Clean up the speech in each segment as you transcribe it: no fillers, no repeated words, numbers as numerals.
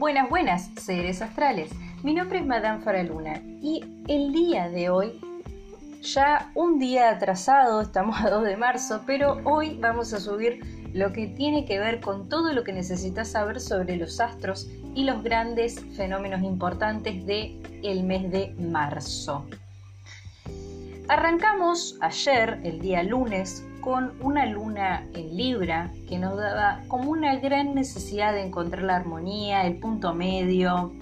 Buenas, buenas, seres astrales. Mi nombre es Madame Faraluna y el día de hoy, ya un día atrasado, estamos a 2 de marzo, pero hoy vamos a subir lo que tiene que ver con todo lo que necesitas saber sobre los astros y los grandes fenómenos importantes del mes de marzo. Arrancamos ayer, el día lunes, con una luna en Libra que nos daba como una gran necesidad de encontrar la armonía, el punto medio,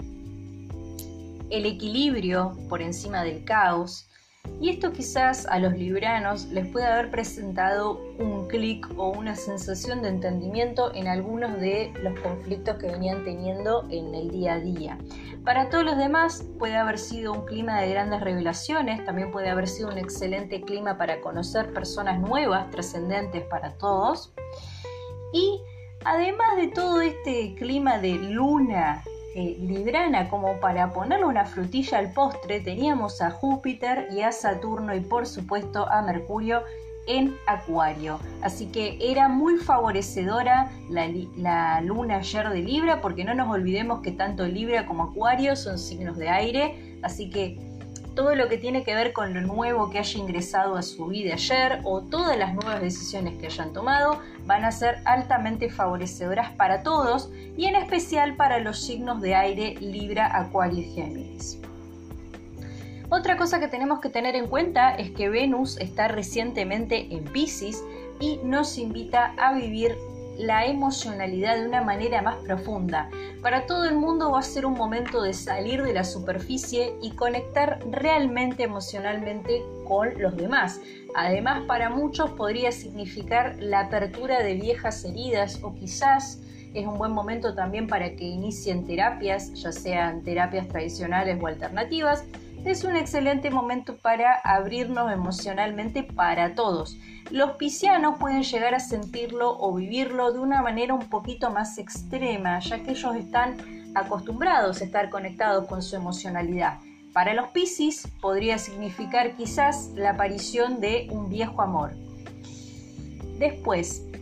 el equilibrio por encima del caos. Y esto quizás a los libranos les puede haber presentado un clic o una sensación de entendimiento en algunos de los conflictos que venían teniendo en el día a día. Para todos los demás puede haber sido un clima de grandes revelaciones, también puede haber sido un excelente clima para conocer personas nuevas, trascendentes para todos. Y además de todo este clima de luna librana, como para ponerle una frutilla al postre, teníamos a Júpiter y a Saturno y por supuesto a Mercurio en Acuario. Así que era muy favorecedora la luna ayer de Libra, porque no nos olvidemos que tanto Libra como Acuario son signos de aire, así que todo lo que tiene que ver con lo nuevo que haya ingresado a su vida ayer o todas las nuevas decisiones que hayan tomado van a ser altamente favorecedoras para todos y en especial para los signos de aire Libra, Acuario y Géminis. Otra cosa que tenemos que tener en cuenta es que Venus está recientemente en Piscis y nos invita a vivir la emocionalidad de una manera más profunda. Para todo el mundo va a ser un momento de salir de la superficie y conectar realmente emocionalmente con los demás. Además, para muchos podría significar la apertura de viejas heridas o quizás es un buen momento también para que inicien terapias, ya sean terapias tradicionales o alternativas. Es un excelente momento para abrirnos emocionalmente para todos. Los piscianos pueden llegar a sentirlo o vivirlo de una manera un poquito más extrema, ya que ellos están acostumbrados a estar conectados con su emocionalidad. Para los Piscis podría significar quizás la aparición de un viejo amor. Después,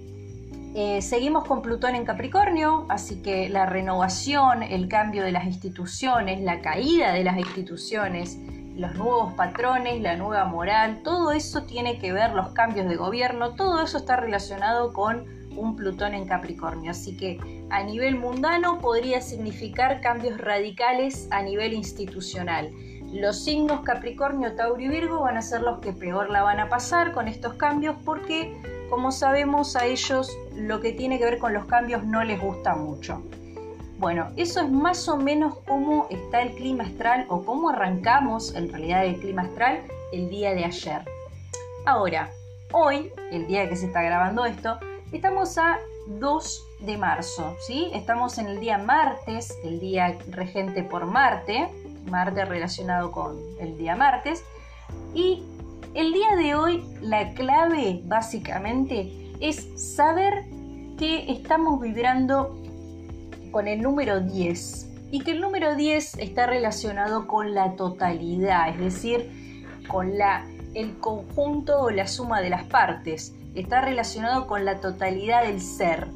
seguimos con Plutón en Capricornio, así que la renovación, el cambio de las instituciones, la caída de las instituciones, los nuevos patrones, la nueva moral, todo eso tiene que ver, los cambios de gobierno, todo eso está relacionado con un Plutón en Capricornio. Así que a nivel mundano podría significar cambios radicales a nivel institucional. Los signos Capricornio, Tauro y Virgo van a ser los que peor la van a pasar con estos cambios porque, como sabemos, a ellos lo que tiene que ver con los cambios no les gusta mucho. Bueno, eso es más o menos cómo está el clima astral o cómo arrancamos en realidad el clima astral el día de ayer. Ahora, hoy, el día que se está grabando esto, estamos a 2 de marzo, ¿sí? Estamos en el día martes, el día regente por Marte relacionado con el día martes, y el día de hoy la clave básicamente es saber que estamos vibrando con el número 10 y que el número 10 está relacionado con la totalidad, es decir, con el conjunto o la suma de las partes, está relacionado con la totalidad del ser.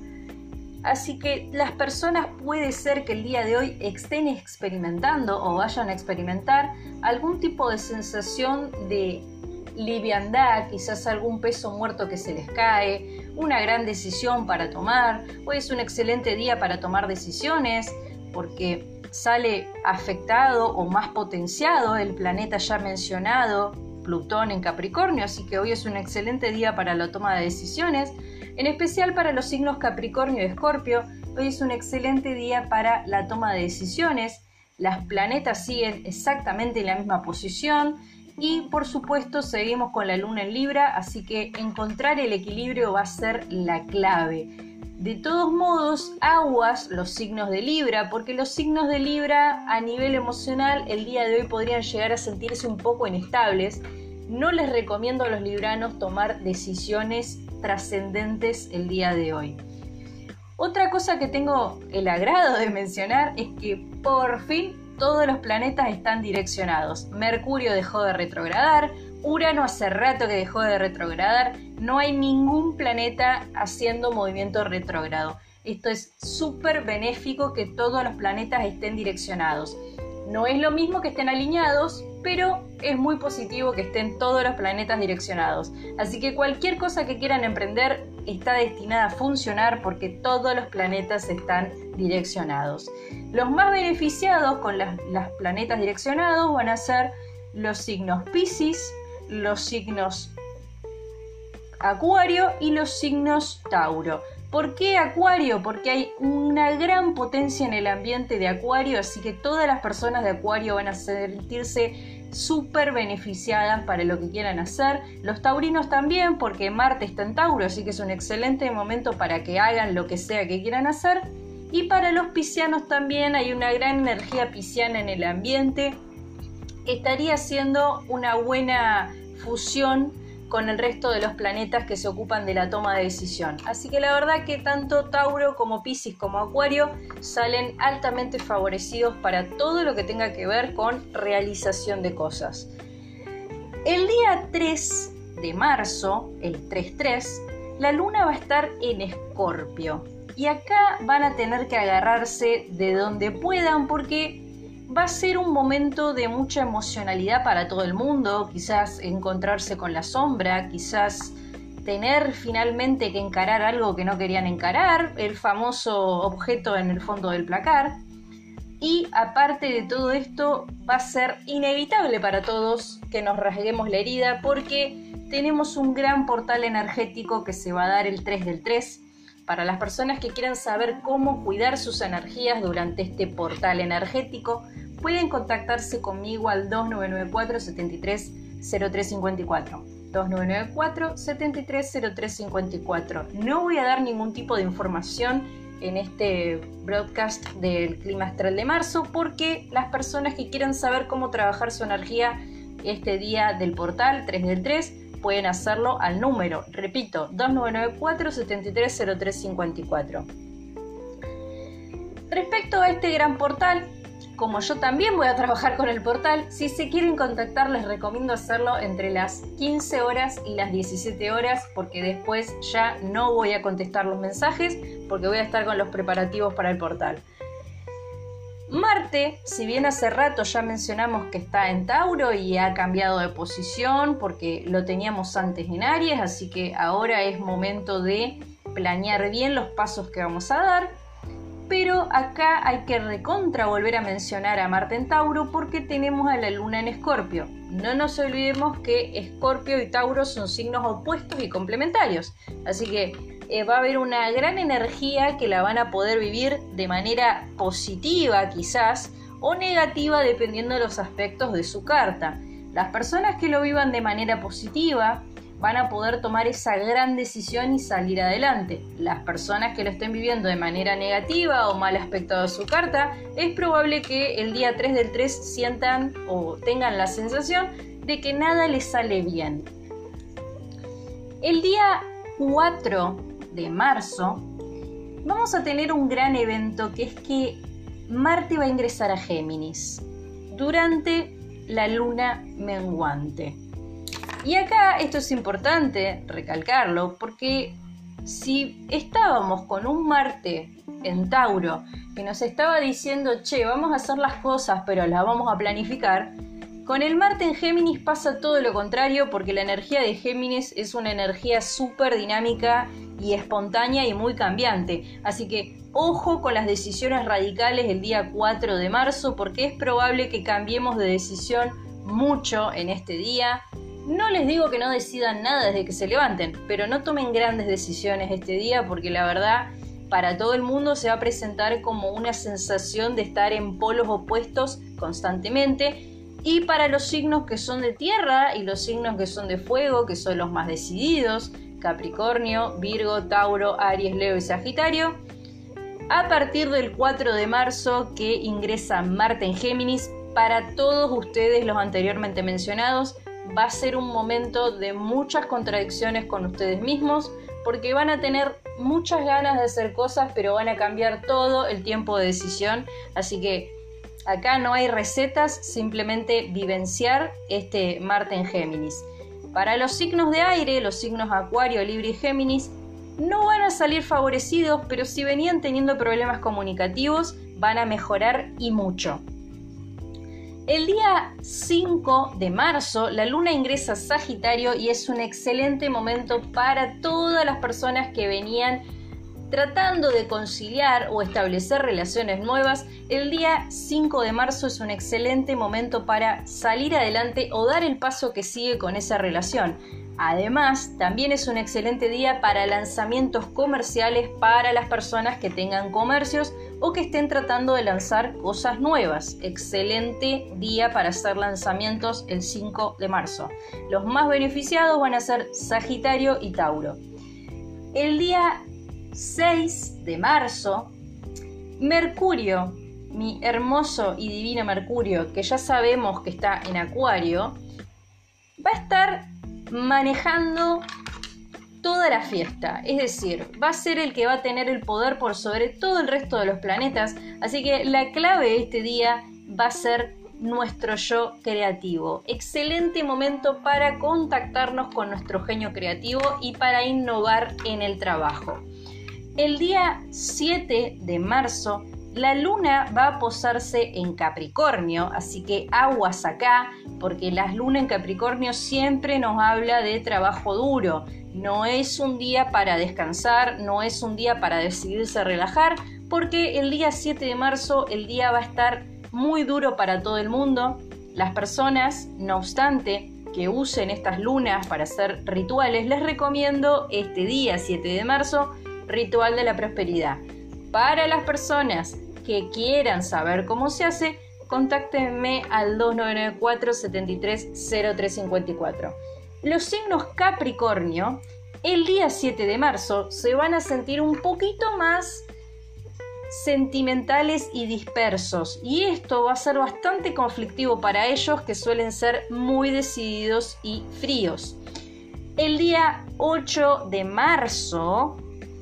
Así que las personas puede ser que el día de hoy estén experimentando o vayan a experimentar algún tipo de sensación de liviandad, quizás algún peso muerto que se les cae, una gran decisión para tomar. Hoy es un excelente día para tomar decisiones porque sale afectado o más potenciado el planeta ya mencionado, Plutón en Capricornio, así que hoy es un excelente día para la toma de decisiones, en especial para los signos Capricornio y Escorpio. Hoy es un excelente día para la toma de decisiones, las planetas siguen exactamente en la misma posición y por supuesto seguimos con la luna en Libra, así que encontrar el equilibrio va a ser la clave. De todos modos, aguas los signos de Libra, porque los signos de Libra a nivel emocional el día de hoy podrían llegar a sentirse un poco inestables. No les recomiendo a los libranos tomar decisiones trascendentes el día de hoy. Otra cosa que tengo el agrado de mencionar es que por fin todos los planetas están direccionados. Mercurio dejó de retrogradar, Urano hace rato que dejó de retrogradar, no hay ningún planeta haciendo movimiento retrógrado. Esto es súper benéfico que todos los planetas estén direccionados. No es lo mismo que estén alineados, pero es muy positivo que estén todos los planetas direccionados. Así que cualquier cosa que quieran emprender está destinada a funcionar porque todos los planetas están direccionados. Los más beneficiados con los planetas direccionados van a ser los signos Piscis, los signos Acuario y los signos Tauro. ¿Por qué Acuario? Porque hay una gran potencia en el ambiente de Acuario, así que todas las personas de Acuario van a sentirse súper beneficiadas para lo que quieran hacer. Los taurinos también, porque Marte está en Tauro, así que es un excelente momento para que hagan lo que sea que quieran hacer. Y para los piscianos también hay una gran energía pisciana en el ambiente. Estaría siendo una buena fusión con el resto de los planetas que se ocupan de la toma de decisión. Así que la verdad que tanto Tauro como Piscis como Acuario salen altamente favorecidos para todo lo que tenga que ver con realización de cosas. El día 3 de marzo, el 3-3, la luna va a estar en Escorpio. Y acá van a tener que agarrarse de donde puedan porque va a ser un momento de mucha emocionalidad para todo el mundo, quizás encontrarse con la sombra, quizás tener finalmente que encarar algo que no querían encarar, el famoso objeto en el fondo del placar. Y aparte de todo esto, va a ser inevitable para todos que nos rasguemos la herida porque tenemos un gran portal energético que se va a dar el 3 del 3. Para las personas que quieran saber cómo cuidar sus energías durante este portal energético, pueden contactarse conmigo al 2994-730354. 2994-730354. No voy a dar ningún tipo de información en este broadcast del clima astral de marzo porque las personas que quieran saber cómo trabajar su energía este día del portal 3 del 3 pueden hacerlo al número, repito, 2994-730354. Respecto a este gran portal, como yo también voy a trabajar con el portal, si se quieren contactar les recomiendo hacerlo entre las 15 horas y las 17 horas porque después ya no voy a contestar los mensajes porque voy a estar con los preparativos para el portal. Marte, si bien hace rato ya mencionamos que está en Tauro y ha cambiado de posición porque lo teníamos antes en Aries, así que ahora es momento de planear bien los pasos que vamos a dar. Pero acá hay que recontra volver a mencionar a Marte en Tauro porque tenemos a la Luna en Escorpio. No nos olvidemos que Escorpio y Tauro son signos opuestos y complementarios. Así que va a haber una gran energía que la van a poder vivir de manera positiva quizás o negativa dependiendo de los aspectos de su carta. Las personas que lo vivan de manera positiva van a poder tomar esa gran decisión y salir adelante. Las personas que lo estén viviendo de manera negativa o mal aspectado de su carta, es probable que el día 3 del 3 sientan o tengan la sensación de que nada les sale bien. El día 4 de marzo vamos a tener un gran evento que es que Marte va a ingresar a Géminis durante la luna menguante. Y acá esto es importante recalcarlo porque si estábamos con un Marte en Tauro que nos estaba diciendo, che, vamos a hacer las cosas pero las vamos a planificar, con el Marte en Géminis pasa todo lo contrario porque la energía de Géminis es una energía súper dinámica y espontánea y muy cambiante. Así que ojo con las decisiones radicales el día 4 de marzo porque es probable que cambiemos de decisión mucho en este día. No les digo que no decidan nada desde que se levanten, pero no tomen grandes decisiones este día porque la verdad para todo el mundo se va a presentar como una sensación de estar en polos opuestos constantemente. Y para los signos que son de tierra y los signos que son de fuego, que son los más decididos, Capricornio, Virgo, Tauro, Aries, Leo y Sagitario, a partir del 4 de marzo que ingresa Marte en Géminis, para todos ustedes los anteriormente mencionados, va a ser un momento de muchas contradicciones con ustedes mismos, porque van a tener muchas ganas de hacer cosas, pero van a cambiar todo el tiempo de decisión, así que acá no hay recetas, simplemente vivenciar este Marte en Géminis. Para los signos de aire, los signos Acuario, Libra y Géminis, no van a salir favorecidos, pero si venían teniendo problemas comunicativos, van a mejorar y mucho. El día 5 de marzo, la luna ingresa a Sagitario y es un excelente momento para todas las personas que venían tratando de conciliar o establecer relaciones nuevas. El día 5 de marzo es un excelente momento para salir adelante o dar el paso que sigue con esa relación. Además, también es un excelente día para lanzamientos comerciales para las personas que tengan comercios o que estén tratando de lanzar cosas nuevas. Excelente día para hacer lanzamientos el 5 de marzo. Los más beneficiados van a ser Sagitario y Tauro. El día 6 de marzo, Mercurio, mi hermoso y divino Mercurio, que ya sabemos que está en Acuario, va a estar manejando toda la fiesta, es decir, va a ser el que va a tener el poder por sobre todo el resto de los planetas, así que la clave de este día va a ser nuestro yo creativo. Excelente momento para contactarnos con nuestro genio creativo y para innovar en el trabajo. El día 7 de marzo, la luna va a posarse en Capricornio, así que aguas acá, porque la luna en Capricornio siempre nos habla de trabajo duro. No es un día para descansar, no es un día para decidirse relajar, porque el día 7 de marzo el día va a estar muy duro para todo el mundo. Las personas, no obstante, que usen estas lunas para hacer rituales, les recomiendo este día 7 de marzo, ritual de la prosperidad. Para las personas que quieran saber cómo se hace, contáctenme al 2994-730354. Los signos Capricornio, el día 7 de marzo, se van a sentir un poquito más sentimentales y dispersos, y esto va a ser bastante conflictivo para ellos, que suelen ser muy decididos y fríos. El día 8 de marzo,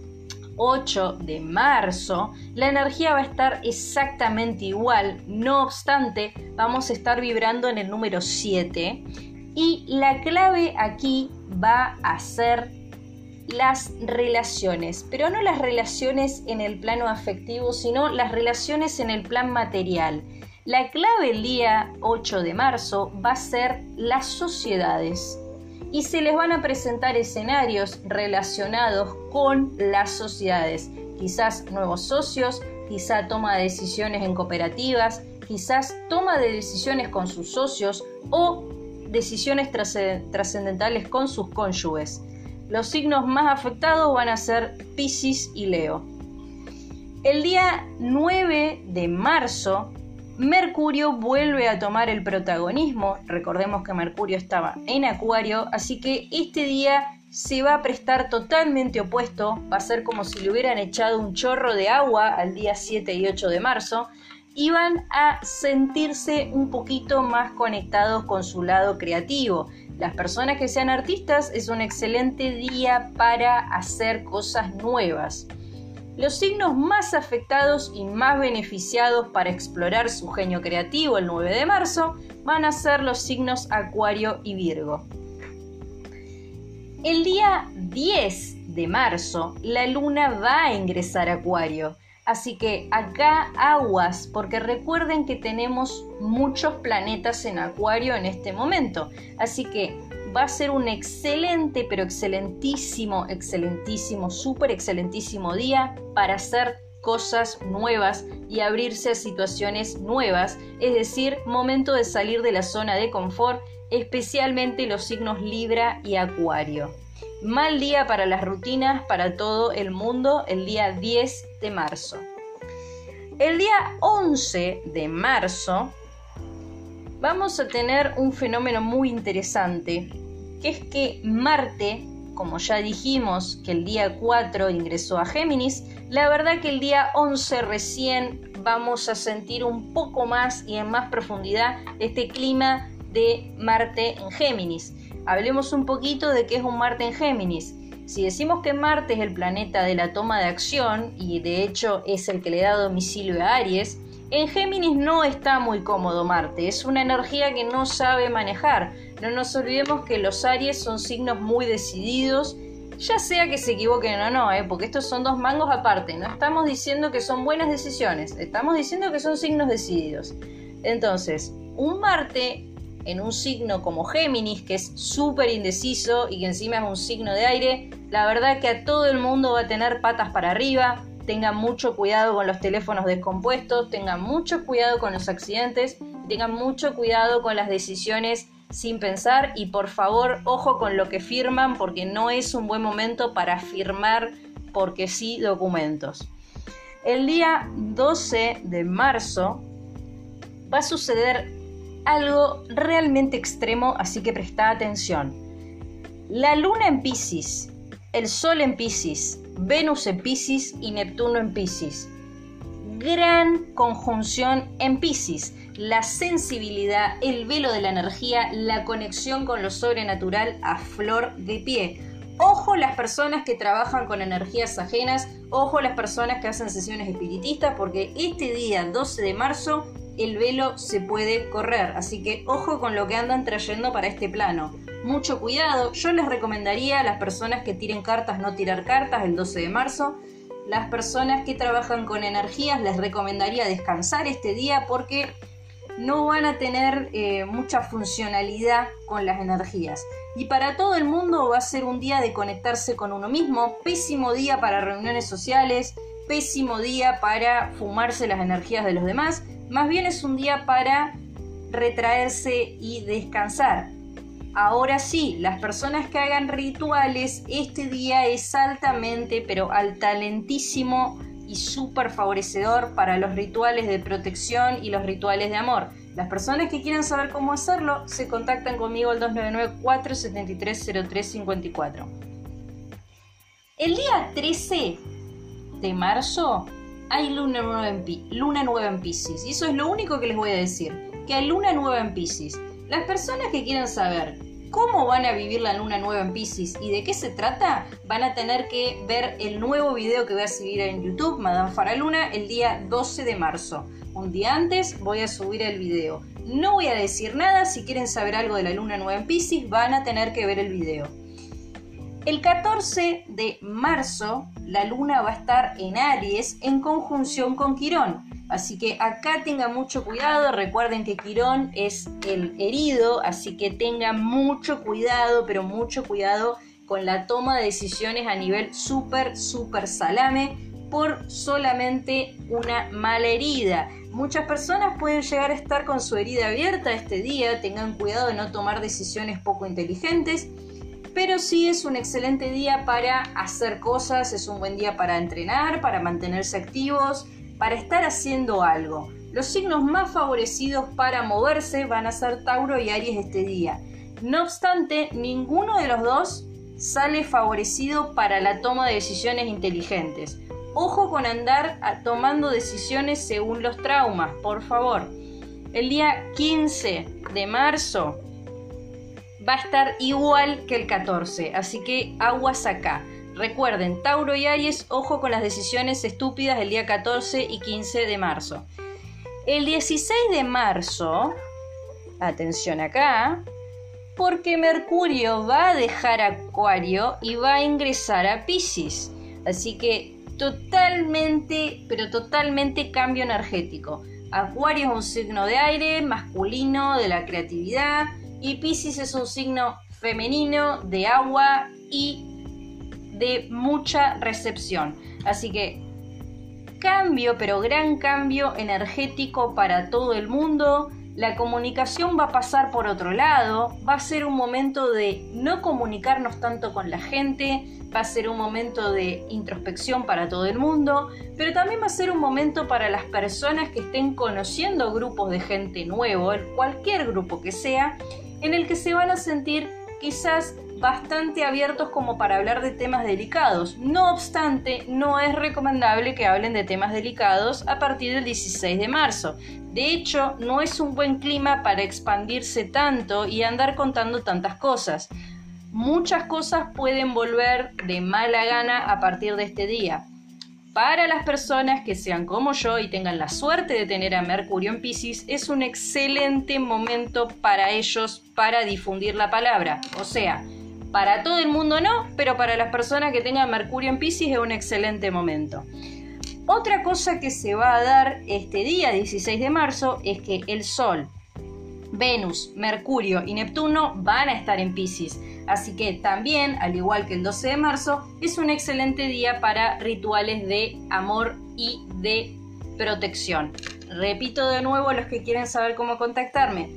la energía va a estar exactamente igual, no obstante, vamos a estar vibrando en el número 7 y la clave aquí va a ser las relaciones, pero no las relaciones en el plano afectivo, sino las relaciones en el plan material. La clave el día 8 de marzo va a ser las sociedades. Y se les van a presentar escenarios relacionados con las sociedades, quizás nuevos socios, quizás toma de decisiones en cooperativas, quizás toma de decisiones con sus socios o decisiones trascendentales con sus cónyuges. Los signos más afectados van a ser Piscis y Leo. El día 9 de marzo, Mercurio vuelve a tomar el protagonismo. Recordemos que Mercurio estaba en Acuario, así que este día se va a prestar totalmente opuesto. Va a ser como si le hubieran echado un chorro de agua al día 7 y 8 de marzo y van a sentirse un poquito más conectados con su lado creativo. Las personas que sean artistas es un excelente día para hacer cosas nuevas. Los signos más afectados y más beneficiados para explorar su genio creativo el 9 de marzo van a ser los signos Acuario y Virgo. El día 10 de marzo la luna va a ingresar a Acuario, así que acá aguas, porque recuerden que tenemos muchos planetas en Acuario en este momento, así que va a ser un excelente, pero excelentísimo, súper excelentísimo día para hacer cosas nuevas y abrirse a situaciones nuevas, es decir, momento de salir de la zona de confort, especialmente los signos Libra y Acuario. Mal día para las rutinas para todo el mundo el día 10 de marzo. El día 11 de marzo vamos a tener un fenómeno muy interesante, que es que Marte, como ya dijimos que el día 4 ingresó a Géminis, la verdad que el día 11 recién vamos a sentir un poco más y en más profundidad este clima de Marte en Géminis. Hablemos un poquito de qué es un Marte en Géminis. Si decimos que Marte es el planeta de la toma de acción y de hecho es el que le da domicilio a Aries, en Géminis no está muy cómodo Marte, es una energía que no sabe manejar. No nos olvidemos que los Aries son signos muy decididos, Ya sea que se equivoquen o no, porque estos son dos mangos aparte. No estamos diciendo que son buenas decisiones, estamos diciendo que son signos decididos. Entonces, un Marte en un signo como Géminis, que es súper indeciso y que encima es un signo de aire, la verdad que a todo el mundo va a tener patas para arriba. Tengan mucho cuidado con los teléfonos descompuestos, tengan mucho cuidado con los accidentes, tengan mucho cuidado con las decisiones sin pensar y por favor, ojo con lo que firman porque no es un buen momento para firmar porque sí documentos. El día 12 de marzo va a suceder algo realmente extremo, así que presta atención. La luna en Piscis, el sol en Piscis, Venus en Piscis y Neptuno en Piscis. Gran conjunción en Piscis. La sensibilidad, el velo de la energía, la conexión con lo sobrenatural a flor de pie. Ojo las personas que trabajan con energías ajenas, ojo las personas que hacen sesiones espiritistas, porque este día 12 de marzo el velo se puede correr, así que ojo con lo que andan trayendo para este plano. Mucho cuidado, yo les recomendaría a las personas que tiren cartas no tirar cartas el 12 de marzo. Las personas que trabajan con energías les recomendaría descansar este día porque no van a tener mucha funcionalidad con las energías. Y para todo el mundo va a ser un día de conectarse con uno mismo, pésimo día para reuniones sociales, pésimo día para fumarse las energías de los demás, más bien es un día para retraerse y descansar. Ahora sí, las personas que hagan rituales, este día es altamente, pero talentísimo y súper favorecedor para los rituales de protección y los rituales de amor. Las personas que quieran saber cómo hacerlo, se contactan conmigo al 299-473-0354. El día 13 de marzo hay luna nueva en Piscis. Y eso es lo único que les voy a decir, que hay luna nueva en Piscis. Las personas que quieran saber cómo van a vivir la luna nueva en Piscis y de qué se trata, van a tener que ver el nuevo video que voy a subir en YouTube, Madame Faraluna, el día 12 de marzo. Un día antes voy a subir el video. No voy a decir nada, si quieren saber algo de la luna nueva en Piscis, van a tener que ver el video. El 14 de marzo, la luna va a estar en Aries en conjunción con Quirón. Así que acá tengan mucho cuidado, recuerden que Quirón es el herido, así que tengan mucho cuidado, pero mucho cuidado con la toma de decisiones a nivel súper salame por solamente una mala herida. Muchas personas pueden llegar a estar con su herida abierta este día, tengan cuidado de no tomar decisiones poco inteligentes, pero sí es un excelente día para hacer cosas, es un buen día para entrenar, para mantenerse activos, para estar haciendo algo. Los signos más favorecidos para moverse van a ser Tauro y Aries este día. No obstante, ninguno de los dos sale favorecido para la toma de decisiones inteligentes. Ojo con andar tomando decisiones según los traumas, por favor. El día 15 de marzo va a estar igual que el 14, así que aguas acá. Recuerden, Tauro y Aries, ojo con las decisiones estúpidas el día 14 y 15 de marzo. El 16 de marzo, atención acá, porque Mercurio va a dejar Acuario y va a ingresar a Piscis. Así que totalmente, pero totalmente cambio energético. Acuario es un signo de aire, masculino, de la creatividad, y Piscis es un signo femenino, de agua y de mucha recepción. Así que cambio, pero gran cambio energético para todo el mundo. La comunicación va a pasar por otro lado, va a ser un momento de no comunicarnos tanto con la gente, va a ser un momento de introspección para todo el mundo, pero también va a ser un momento para las personas que estén conociendo grupos de gente nuevo, cualquier grupo que sea, en el que se van a sentir quizás bastante abiertos como para hablar de temas delicados. No obstante, no es recomendable que hablen de temas delicados a partir del 16 de marzo. De hecho, no es un buen clima para expandirse tanto y andar contando tantas cosas. Muchas cosas pueden volver de mala gana a partir de este día. Para las personas que sean como yo y tengan la suerte de tener a Mercurio en Piscis, es un excelente momento para ellos para difundir la palabra. O sea, Para todo el mundo no, pero para las personas que tengan Mercurio en Piscis es un excelente momento. Otra cosa que se va a dar este día 16 de marzo es que el Sol, Venus, Mercurio y Neptuno van a estar en Piscis. Así que también, al igual que el 12 de marzo, es un excelente día para rituales de amor y de protección. Repito de nuevo, los que quieren saber cómo contactarme,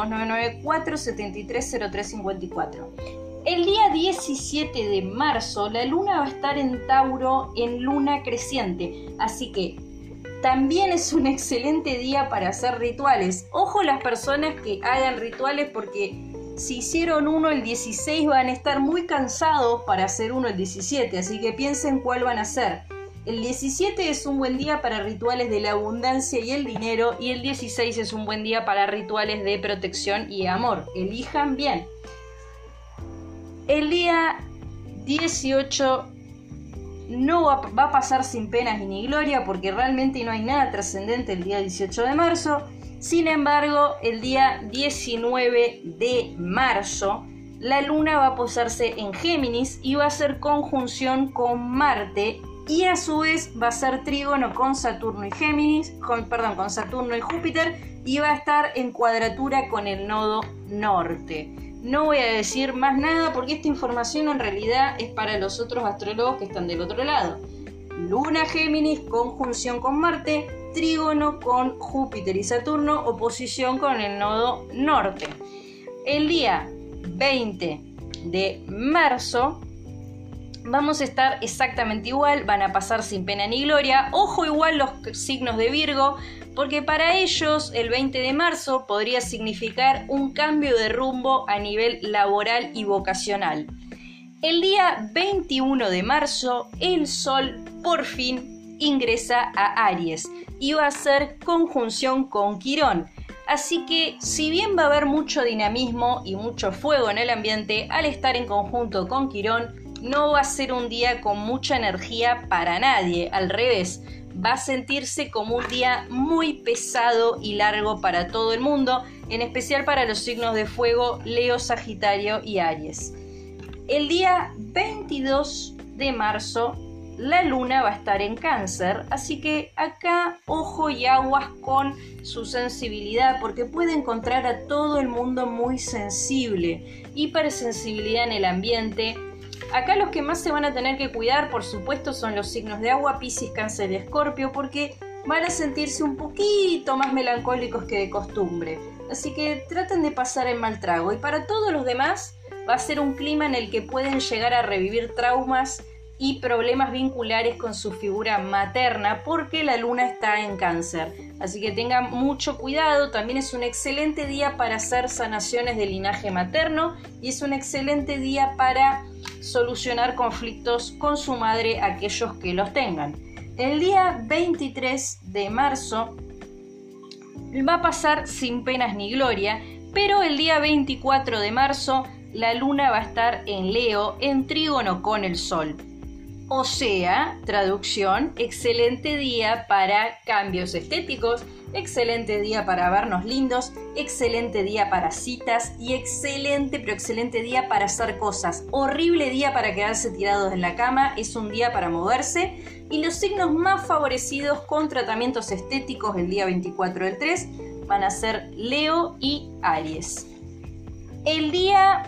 2994-730354. El día 17 de marzo la luna va a estar en Tauro en luna creciente, así que también es un excelente día para hacer rituales. Ojo las personas que hagan rituales, porque si hicieron uno el 16 van a estar muy cansados para hacer uno el 17, así que piensen cuál van a hacer. El 17 es un buen día para rituales de la abundancia y el dinero, y el 16 es un buen día para rituales de protección y amor. Elijan bien. El día 18 no va a pasar sin penas ni gloria, porque realmente no hay nada trascendente el día 18 de marzo. Sin embargo, el día 19 de marzo la luna va a posarse en Géminis y va a hacer conjunción con Marte, y a su vez va a ser trígono con Saturno y con Saturno y Júpiter, y va a estar en cuadratura con el nodo norte. No voy a decir más nada porque esta información en realidad es para los otros astrólogos que están del otro lado. Luna Géminis, conjunción con Marte, trígono con Júpiter y Saturno, oposición con el nodo norte. El día 20 de marzo vamos a estar exactamente igual, van a pasar sin pena ni gloria. Ojo igual los signos de Virgo, porque para ellos el 20 de marzo podría significar un cambio de rumbo a nivel laboral y vocacional. El día 21 de marzo el Sol por fin ingresa a Aries y va a hacer conjunción con Quirón. Así que si bien va a haber mucho dinamismo y mucho fuego en el ambiente, al estar en conjunto con Quirón no va a ser un día con mucha energía para nadie, al revés, va a sentirse como un día muy pesado y largo para todo el mundo, en especial para los signos de fuego Leo, Sagitario y Aries. El día 22 de marzo la luna va a estar en Cáncer, así que acá ojo y aguas con su sensibilidad, porque puede encontrar a todo el mundo muy sensible, hipersensibilidad en el ambiente. Acá los que más se van a tener que cuidar, por supuesto, son los signos de agua, Piscis, Cáncer y Escorpio, porque van a sentirse un poquito más melancólicos que de costumbre. Así que traten de pasar el mal trago. Y para todos los demás va a ser un clima en el que pueden llegar a revivir traumas y problemas vinculares con su figura materna, porque la luna está en Cáncer. Así que tengan mucho cuidado. También es un excelente día para hacer sanaciones de linaje materno, y es un excelente día para solucionar conflictos con su madre, aquellos que los tengan. El día 23 de marzo va a pasar sin penas ni gloria, pero el día 24 de marzo la luna va a estar en Leo, en trígono con el Sol. O sea, traducción, excelente día para cambios estéticos, excelente día para vernos lindos, excelente día para citas y excelente día para hacer cosas. Horrible día para quedarse tirados en la cama, es un día para moverse. Y los signos más favorecidos con tratamientos estéticos el día 24 del 3 van a ser Leo y Aries. El día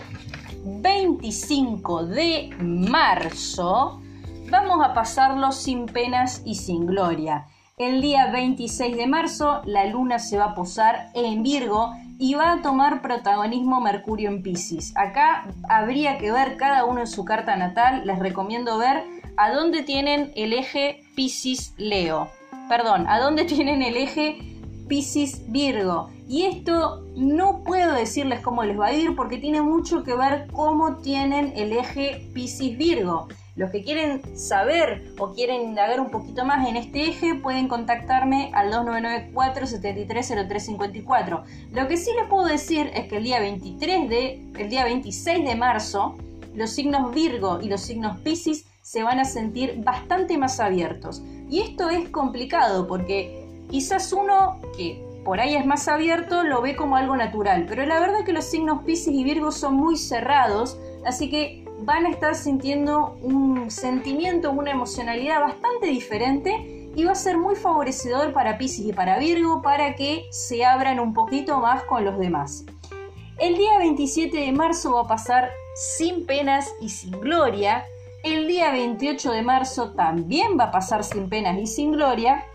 25 de marzo vamos a pasarlo sin penas y sin gloria. El día 26 de marzo la luna se va a posar en Virgo y va a tomar protagonismo Mercurio en Piscis. Acá habría que ver cada uno en su carta natal. Les recomiendo ver a dónde tienen el eje Piscis-Leo. Perdón, a dónde tienen el eje Piscis-Virgo. Y esto no puedo decirles cómo les va a ir porque tiene mucho que ver cómo tienen el eje Piscis-Virgo. Los que quieren saber o quieren indagar un poquito más en este eje pueden contactarme al 2994-730354. Lo que sí les puedo decir es que el día 26 de marzo los signos Virgo y los signos Piscis se van a sentir bastante más abiertos. Y esto es complicado porque quizás uno que por ahí es más abierto lo ve como algo natural, pero la verdad que los signos Piscis y Virgo son muy cerrados, Así que van a estar sintiendo un sentimiento, una emocionalidad bastante diferente y va a ser muy favorecedor para Piscis y para Virgo para que se abran un poquito más con los demás. El día 27 de marzo va a pasar sin penas y sin gloria. El día 28 de marzo también va a pasar sin penas y sin gloria.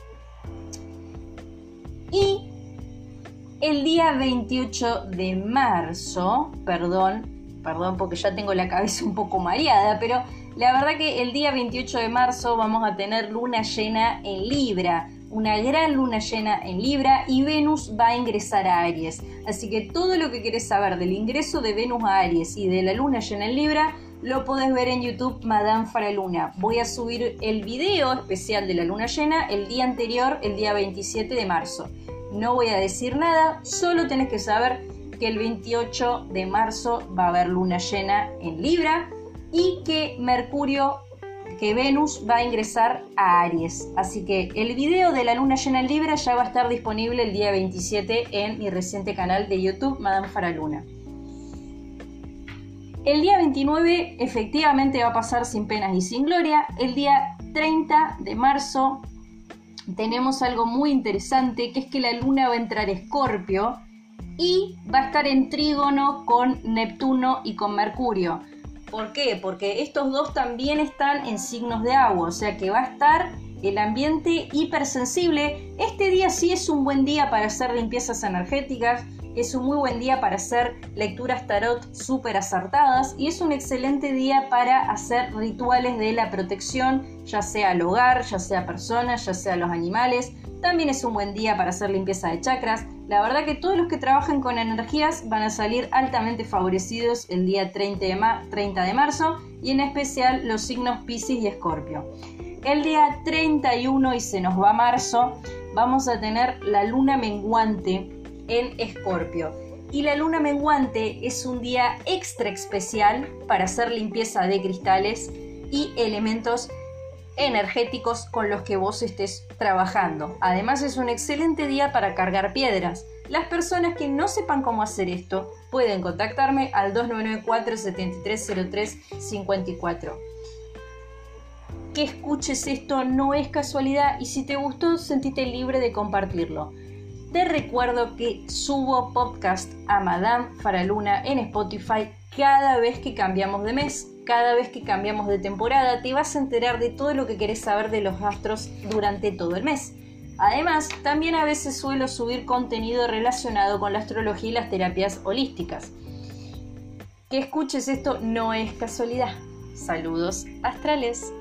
Y el día 28 de marzo, perdón porque ya tengo la cabeza un poco mareada, pero la verdad que el día 28 de marzo vamos a tener luna llena en Libra, una gran luna llena en Libra y Venus va a ingresar a Aries. Así que todo lo que querés saber del ingreso de Venus a Aries y de la luna llena en Libra lo podés ver en YouTube Madame Faraluna. Voy a subir el video especial de la luna llena el día anterior, el día 27 de marzo. No voy a decir nada, solo tenés que saber que el 28 de marzo va a haber luna llena en Libra y que Venus va a ingresar a Aries. Así que el video de la luna llena en Libra ya va a estar disponible el día 27 en mi reciente canal de YouTube Madame Faraluna. El día 29 efectivamente va a pasar sin penas y sin gloria. El día 30 de marzo tenemos algo muy interesante, que es que la luna va a entrar a Escorpio y va a estar en trígono con Neptuno y con Mercurio. ¿Por qué? Porque estos dos también están en signos de agua, o sea que va a estar el ambiente hipersensible. Este día sí es un buen día para hacer limpiezas energéticas, es un muy buen día para hacer lecturas tarot súper acertadas y es un excelente día para hacer rituales de la protección, ya sea al hogar, ya sea a personas, ya sea a los animales. También es un buen día para hacer limpieza de chakras. La verdad que todos los que trabajan con energías van a salir altamente favorecidos el día 30 de marzo y en especial los signos Piscis y Escorpio. El día 31, y se nos va marzo, vamos a tener la luna menguante en Escorpio. Y la luna menguante es un día extra especial para hacer limpieza de cristales y elementos energéticos con los que vos estés trabajando. Además es un excelente día para cargar piedras. Las personas que no sepan cómo hacer esto pueden contactarme al 2994-7303-54. Que escuches esto no es casualidad y si te gustó sentite libre de compartirlo. Te recuerdo que subo podcast a Madame Faraluna en Spotify cada vez que cambiamos de mes. Cada vez que cambiamos de temporada te vas a enterar de todo lo que querés saber de los astros durante todo el mes. Además, también a veces suelo subir contenido relacionado con la astrología y las terapias holísticas. Que escuches esto no es casualidad. Saludos astrales.